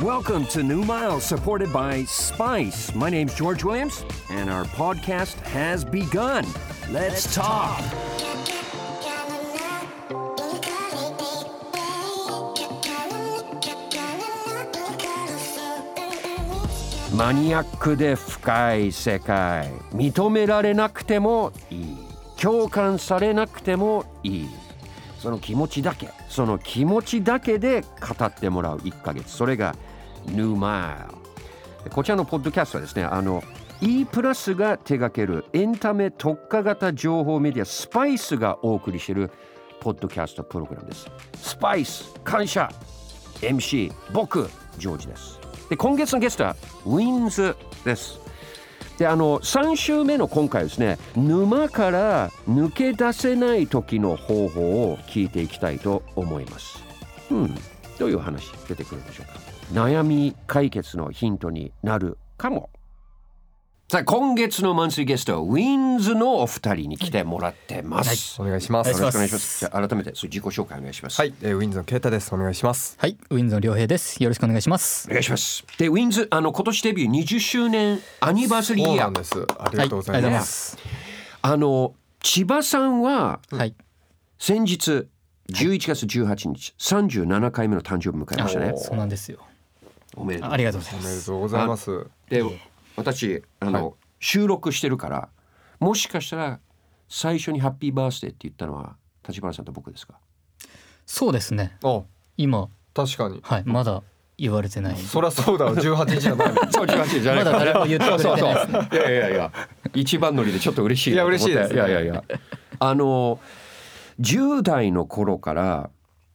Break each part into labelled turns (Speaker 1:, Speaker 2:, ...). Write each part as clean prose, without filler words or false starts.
Speaker 1: Welcome to New Miles, supported by Spice. My name's George Williams, and our podcast has begun. Let's talk. マニアックで深い世界。認められなくてもいい。共感されなくてもいい。その気持ちだけで語ってもらう1ヶ月。それが New Mile。こちらのポッドキャストはですね、E プラスが手掛けるエンタメ特化型情報メディアスパイスがお送りしているポッドキャストプログラムです。スパイス感謝 MC 僕ジョージです。で今月のゲストはウィンズです。で3週目の今回ですね、沼から抜け出せない時の方法を聞いていきたいと思います。どういう話出てくるんでしょうか。悩み解決のヒントになるかも。さあ今月のマンスリーゲストはウィンズのお二人に来てもらってます、
Speaker 2: はい、お願いします。
Speaker 1: よろしくお願いします。じゃあ改めて自己紹介お願いします。
Speaker 2: はい、ウィンズのケイタです。お願いします。
Speaker 3: はい、ウィンズの良平です。よろしくお願いします。
Speaker 1: お願いします。でウィンズ今年デビュー20周年アニバーサリーイヤー。
Speaker 2: そうなんです。ありがとうございます。
Speaker 1: 千葉さんは、
Speaker 3: はい、
Speaker 1: 先日11月18日37回目の誕生日を迎えましたね。
Speaker 3: そうなんですよ。
Speaker 1: おめでとう。
Speaker 3: ありがとうございます。
Speaker 2: おめでとうございます。
Speaker 1: で私収録してるからもしかしたら最初にハッピーバースデーって言ったのは立花さんと僕ですか。
Speaker 3: そうですね。今
Speaker 2: 確かに、
Speaker 3: はい、まだ言われてない。
Speaker 2: そりゃそうだろ、18日じゃない
Speaker 1: そう18日じゃない
Speaker 3: まだ誰も言ってくれてないですね。
Speaker 1: いや一番乗りでちょっと嬉しい。
Speaker 2: いや嬉しいです、ね、
Speaker 1: いや10代の頃から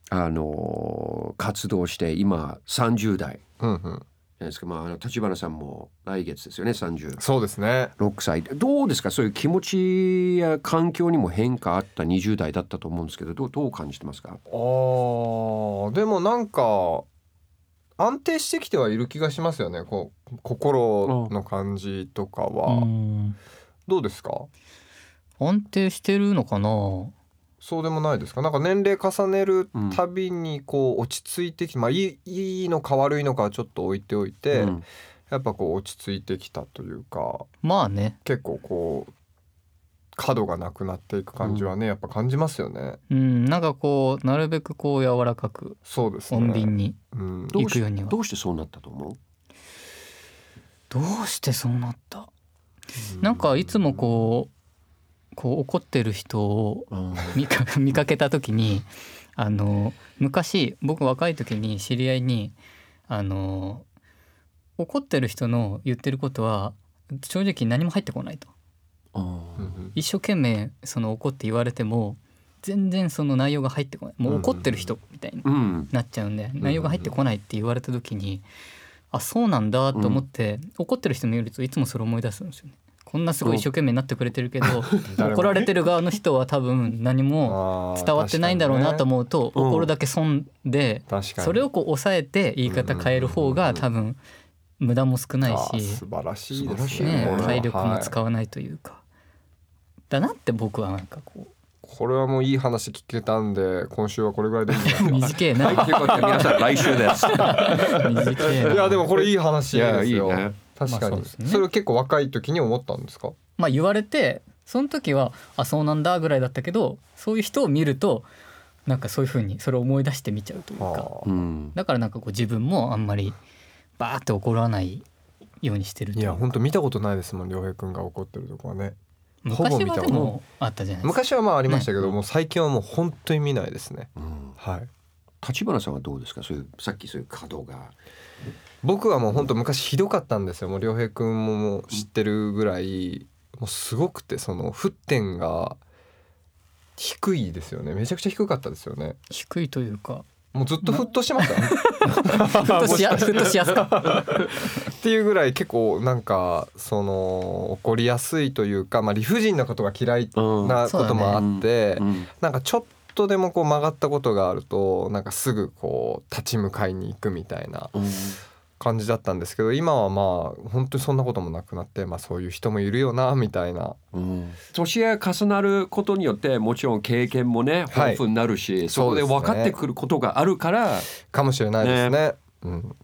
Speaker 1: 活動して今30代、ですか。立花さんも来月ですよね。30。
Speaker 2: そうですね。
Speaker 1: 6歳。どうですか。そういう気持ちや環境にも変化あった20代だったと思うんですけど、どう感じてますか。
Speaker 2: でもなんか安定してきてはいる気がしますよね。こう心の感じとかはどうですか。
Speaker 3: 安定してるのかな。
Speaker 2: そうでもないですか。なんか年齢重ねるたびにこう落ち着いてきて、いいのか悪いのかはちょっと置いておいて、やっぱこう落ち着いてきたというか、
Speaker 3: まあね、
Speaker 2: 結構こう角がなくなっていく感じはね、やっぱ感じますよね。
Speaker 3: なんかこうなるべくこう柔らかく、
Speaker 2: そうですね、
Speaker 3: 穏便にいくようには。
Speaker 1: どうしてそうなったと思う。
Speaker 3: どうしてそうなった。なんかいつもこう怒ってる人を見かけた時に昔僕若い時に知り合いに怒ってる人の言ってることは正直何も入ってこないと。一生懸命怒って言われても全然その内容が入ってこない。もう怒ってる人みたいになっちゃうんで、内容が入ってこないって言われた時にそうなんだと思って、怒ってる人の言うといつもそれ思い出すんですよね。こんなすごい一生懸命になってくれてるけど怒られてる側の人は多分何も伝わってないんだろうなと思うと、怒るだけ損で、それをこう抑えて言い方変える方が多分無駄も少ないし、
Speaker 2: 素晴らしいですね。
Speaker 3: 体力も使わないというか、だなって僕はなんか
Speaker 2: これはもういい話聞けたんで今週はこれぐらいでいいんじゃないですか。
Speaker 3: 短いな。
Speaker 1: ということで皆さん来週です。
Speaker 3: 短いな。
Speaker 2: いやでもこれいい話ですよ。
Speaker 1: いいね。
Speaker 2: 確かに、それを結構若い時に思ったんですか。
Speaker 3: 言われてその時はそうなんだぐらいだったけど、そういう人を見るとなんかそういう風にそれを思い出してみちゃうというか、だからなんか自分もあんまりバーって怒らないようにしてるというか。
Speaker 2: いや本当見たことないですもん、良平くんが怒ってるとこはね。
Speaker 3: 昔はでもあったじゃないですか。
Speaker 2: 昔はありましたけど、もう最近はもう本当に見ないですね。はい。
Speaker 1: 立花さんはどうですか。さっきそういう角が。
Speaker 2: 僕はもう本当昔ひどかったんですよ。もう良平くんも知ってるぐらい、もうすごくて沸点が低いですよね。めちゃくちゃ低かったですよね。
Speaker 3: 低いというか
Speaker 2: もうずっと沸騰してました
Speaker 3: 沸騰しやすかった
Speaker 2: っていうぐらい結構なんか怒りやすいというか、理不尽なことが嫌いなこともあって、なんかちょっとでも曲がったことがあるとなんかすぐ立ち向かいに行くみたいな感じだったんですけど、今は本当にそんなこともなくなって、そういう人もいるよなみたいな、
Speaker 1: 年が重なることによってもちろん経験もね豊富になるし、そこで分かってくることがあるから
Speaker 2: かもしれないですね。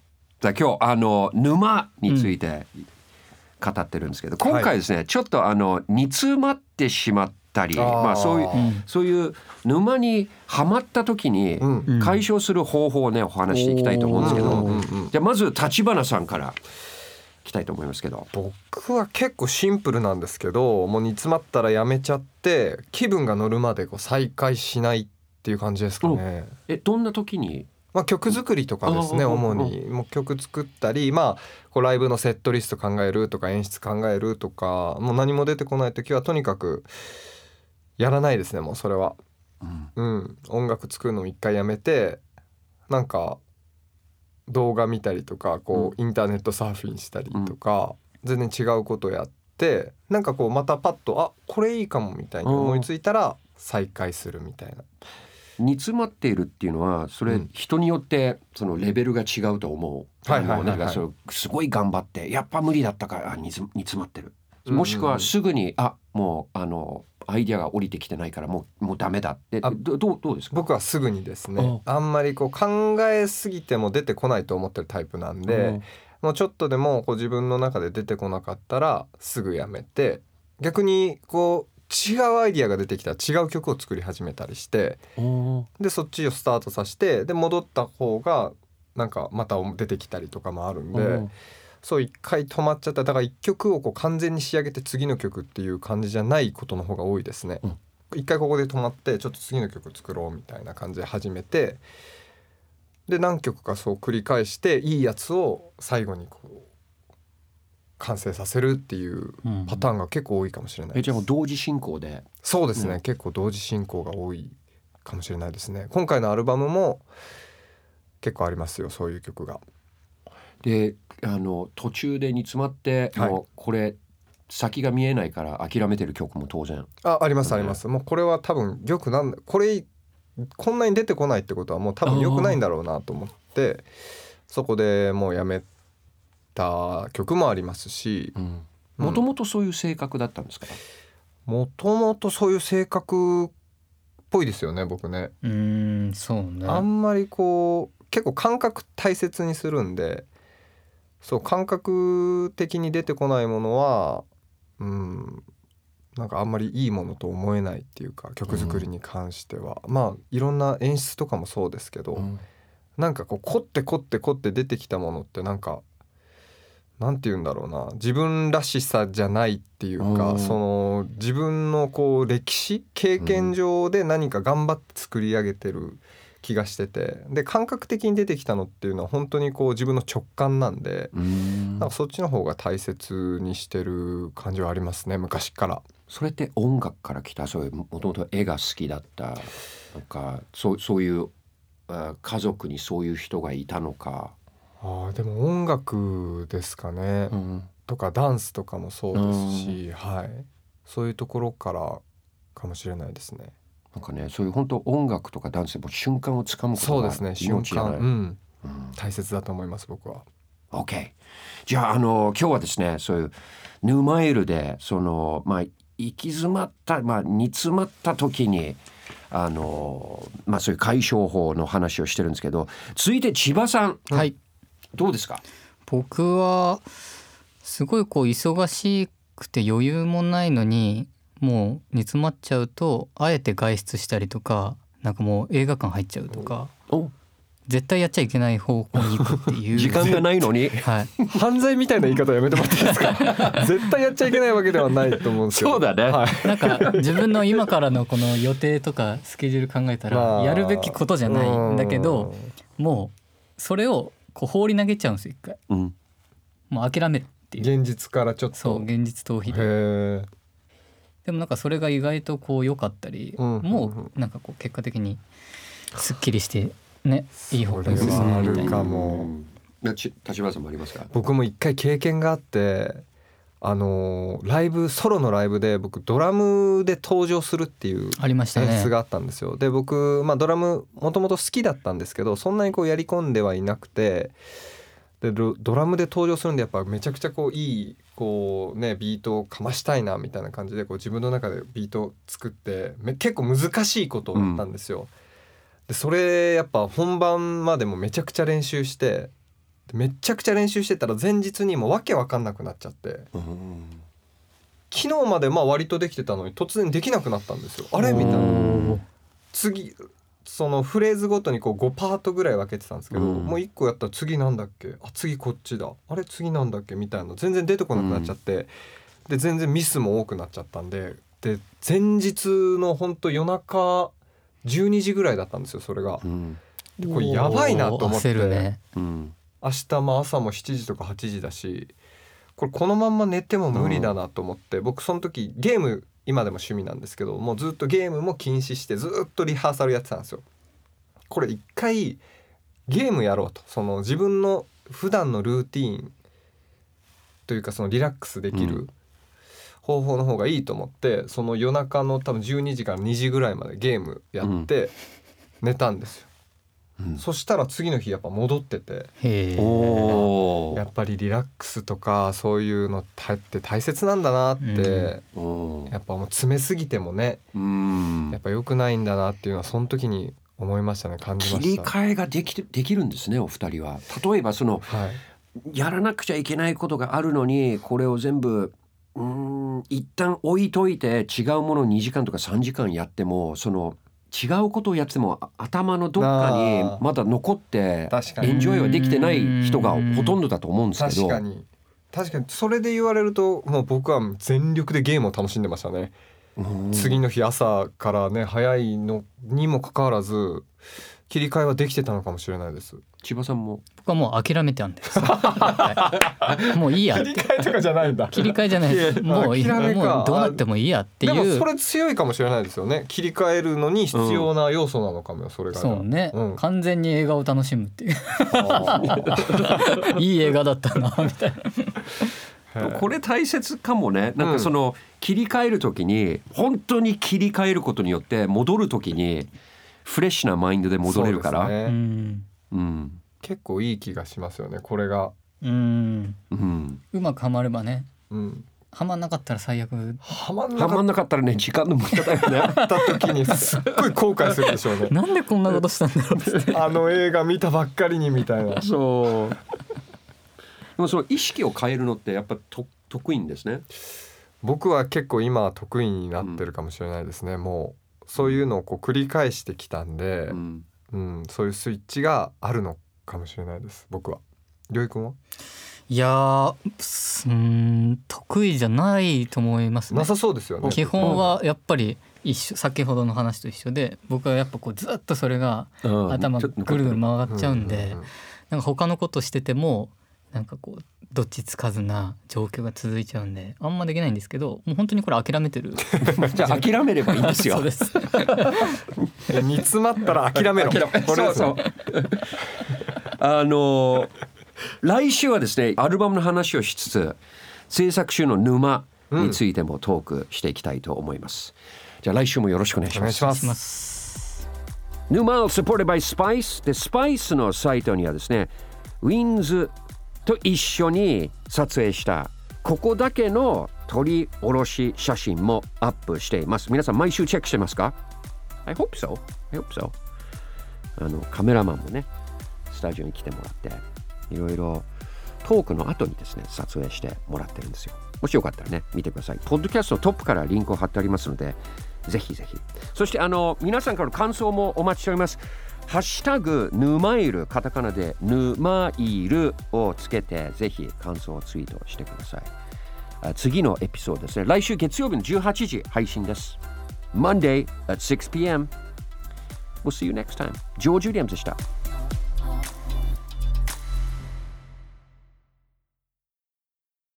Speaker 1: 今日沼について語ってるんですけど、今回ですね、ちょっと煮詰まってしまったり、そういう沼にはまった時に解消する方法をねお話していきたいと思うんですけど、じゃあまず立花さんからいきたいと思いますけど。
Speaker 2: 僕は結構シンプルなんですけど、もう煮詰まったらやめちゃって気分が乗るまで再開しないっていう感じですかね。
Speaker 1: どんな時に？
Speaker 2: 曲作りとかですね。主にもう曲作ったり、ライブのセットリスト考えるとか演出考えるとか、もう何も出てこない時はとにかくやらないですね。もうそれは、音楽作るのを一回やめて、なんか動画見たりとかインターネットサーフィンしたりとか、全然違うことやって、なんかまたパッとこれいいかもみたいに思いついたら再開するみたいな。
Speaker 1: 煮詰まっているっていうのはそれ人によってそのレベルが違うと思う。なんかすごい頑張ってやっぱ無理だったから煮詰まってる、もしくはすぐにもうアイデアが降りてきてないからもうダメだって。どうですか？
Speaker 2: 僕はすぐにですね、あんまり考えすぎても出てこないと思ってるタイプなんで、もうちょっとでも自分の中で出てこなかったらすぐやめて、逆に違うアイディアが出てきたら違う曲を作り始めたりして、でそっちをスタートさせて、で戻った方がなんかまた出てきたりとかもあるんで、そう一回止まっちゃった。だから一曲を完全に仕上げて次の曲っていう感じじゃないことの方が多いですね。一回ここで止まってちょっと次の曲作ろうみたいな感じで始めて、で何曲かそう繰り返していいやつを最後に完成させるっていうパターンが結構多いかもしれないです。
Speaker 1: じゃあもう同時進行で？
Speaker 2: そうですね、結構同時進行が多いかもしれないですね。今回のアルバムも結構ありますよ、そういう曲が。
Speaker 1: で途中で煮詰まって、もうこれ先が見えないから諦めてる曲も当然
Speaker 2: あります、あります。もうこれは多分こんなに出てこないってことはもう多分良くないんだろうなと思って、そこでもうやめた曲もありますし。
Speaker 1: もともとそういう性格だったんですか？
Speaker 2: もともとそういう性格っぽいですよね、僕ね。
Speaker 3: そうね。
Speaker 2: あんまり結構感覚大切にするんで、そう感覚的に出てこないものはなんかあんまりいいものと思えないっていうか、曲作りに関しては、いろんな演出とかもそうですけど、なんか凝って出てきたものってなんかなんて言うんだろうな、自分らしさじゃないっていうか、その自分の歴史経験上で何か頑張って作り上げてる気がしてて、で感覚的に出てきたのっていうのは本当に自分の直感なんで、なんかそっちの方が大切にしてる感じはありますね、昔から。
Speaker 1: それって音楽から来た？そういうもともと絵が好きだった、なんかそういう家族にそういう人がいたのか？
Speaker 2: でも音楽ですかね、とかダンスとかもそうですし、そういうところからかもしれないですね。
Speaker 1: なんかね、そういう本当音楽とかダンスでも瞬間をつかむことが
Speaker 2: そうですね、
Speaker 1: 命じゃない、
Speaker 2: 大切だと思います、僕は。
Speaker 1: OK。 じゃあ今日はですね、そういうヌマイルで行き詰まった、煮詰まった時にそういう解消法の話をしてるんですけど、続いて千葉さん、どうですか？
Speaker 3: 僕はすごい忙しくて余裕もないのに、もう煮詰まっちゃうとあえて外出したりとか、なんかもう映画館入っちゃうとか、絶対やっちゃいけない方向に行くっていう
Speaker 1: 時間がないのに、
Speaker 2: 犯罪みたいな言い方やめてもらっていいですか？絶対やっちゃいけないわけではないと思うんですけど。
Speaker 1: そうだね、
Speaker 3: なんか自分の今からのこの予定とかスケジュール考えたらやるべきことじゃないんだけど、もうそれを放り投げちゃうんですよ、一回、もう諦めるっていう。
Speaker 2: 現実からちょっと。
Speaker 3: そう、現実逃避で。でもなんかそれが意外と良かったり、もうなんか結果的にすっきりしてね、いい方向に進むみたいな。
Speaker 1: 立花さんもありますか？
Speaker 2: 僕も一回経験があって、ソロのライブで僕ドラムで登場するっていう演出があったんですよ。で僕、ドラムもともと好きだったんですけど、そんなにやり込んではいなくて、でドラムで登場するんでやっぱめちゃくちゃいいビートをかましたいなみたいな感じで自分の中でビートを作って結構難しいことをやったんですよ。でそれやっぱ本番までもめちゃくちゃ練習して、 めっちゃくちゃ練習してたら前日にもうわけわかんなくなっちゃって、昨日までまあ割とできてたのに突然できなくなったんですよ。あれみたいな。次そのフレーズごとにこう5パートぐらい分けてたんですけど、もう1個やったら次なんだっけ、あ次こっちだ、あれ次なんだっけみたいなの全然出てこなくなっちゃって、で全然ミスも多くなっちゃったんで、で前日のほんと夜中12時ぐらいだったんですよそれが。でこれやばいなと思って、ね、明日も朝も7時とか8時だし、このまんま寝ても無理だなと思って、僕その時ゲーム今でも趣味なんですけど、もうずっとゲームも禁止してずっとリハーサルやってたんですよ。これ一回ゲームやろうと、その自分の普段のルーティーンというかそのリラックスできる方法の方がいいと思って、その夜中の多分12時から2時ぐらいまでゲームやって寝たんですよ。そしたら次の日やっぱ戻ってて、やっぱりリラックスとかそういうのって大切なんだなって、やっぱもう詰めすぎてもね、やっぱ良くないんだなっていうのはその時に思いましたね、感じました。
Speaker 1: 切り替えができるんですね、お二人は。例えばその、やらなくちゃいけないことがあるのにこれを全部一旦置いといて違うものを2時間とか3時間やっても、その違うことをやっても頭のどっかにまだ残ってエンジョイはできてない人がほとんどだと思うんですけど。
Speaker 2: 確かにそれで言われるともう僕は全力でゲームを楽しんでましたね。次の日朝からね早いのにもかかわらず切り替えはできてたのかもしれないです。
Speaker 1: 千葉さんも？
Speaker 3: 僕はもう諦めてたんです、もういいやって。
Speaker 2: 切り替えとかじゃないんだ。
Speaker 3: 切り替えじゃないです。もうどうなってもいいやっていう。
Speaker 2: でもそれ強いかもしれないですよね。切り替えるのに必要な要素なのかもよ、それが。
Speaker 3: そうね、完全に映画を楽しむっていういい映画だったなみたいな。
Speaker 1: これ大切かもね。なんかその切り替えるときに本当に切り替えることによって戻るときにフレッシュなマインドで戻れるから、
Speaker 2: 結構いい気がしますよね、これが。
Speaker 3: うまくはまればね。はまんなかったら最悪。
Speaker 2: はま
Speaker 1: んなかったらね、時間の無駄だよね。
Speaker 2: やった時にすっごい後悔するでしょうね。
Speaker 3: なんでこんなことしたんだろうって
Speaker 2: あの映画見たばっかりにみたいな。
Speaker 1: そう。でもその意識を変えるのってやっぱ得意んですね。
Speaker 2: 僕は結構今は得意になってるかもしれないですね。もうそういうのを繰り返してきたんで、そういうスイッチがあるのかもしれないです、僕は。りょういくんは？
Speaker 3: いや得意じゃないと思いますね。
Speaker 2: なさそうですよね。
Speaker 3: 基本はやっぱり先ほどの話と一緒で、僕はやっぱずっとそれが頭ぐるぐる回っちゃうんで、なんか他のことしててもなんかどっちつかずな状況が続いちゃうんであんまできないんですけど、もう本当にこれ諦めてる
Speaker 1: じゃあ諦めればいいんですよ。
Speaker 3: そうです
Speaker 2: 煮詰まったら諦めろ。
Speaker 1: そう来週はですね、アルバムの話をしつつ制作中の沼についてもトークしていきたいと思います。じゃあ来週もよろしくお願いします。
Speaker 2: お願いします。
Speaker 1: 沼 supported by Spice で、スパイスのサイトにはですね、ウィンズと一緒に撮影したここだけの撮り下ろし写真もアップしています。皆さん毎週チェックしてますか？ I hope so. I hope so. カメラマンもねスタジオに来てもらっていろいろトークの後にですね撮影してもらってるんですよ。もしよかったらね見てください。ポッドキャストのトップからリンクを貼ってありますのでぜひぜひ。そして皆さんからの感想もお待ちしております。ハッシュタグヌマイル、カタカナでヌマイルをつけてぜひ感想をツイートしてください。次のエピソードですね、来週月曜日の18時配信です。 Monday at 6 p.m. We'll see you next time. ジョージ・ウィリアムズでした。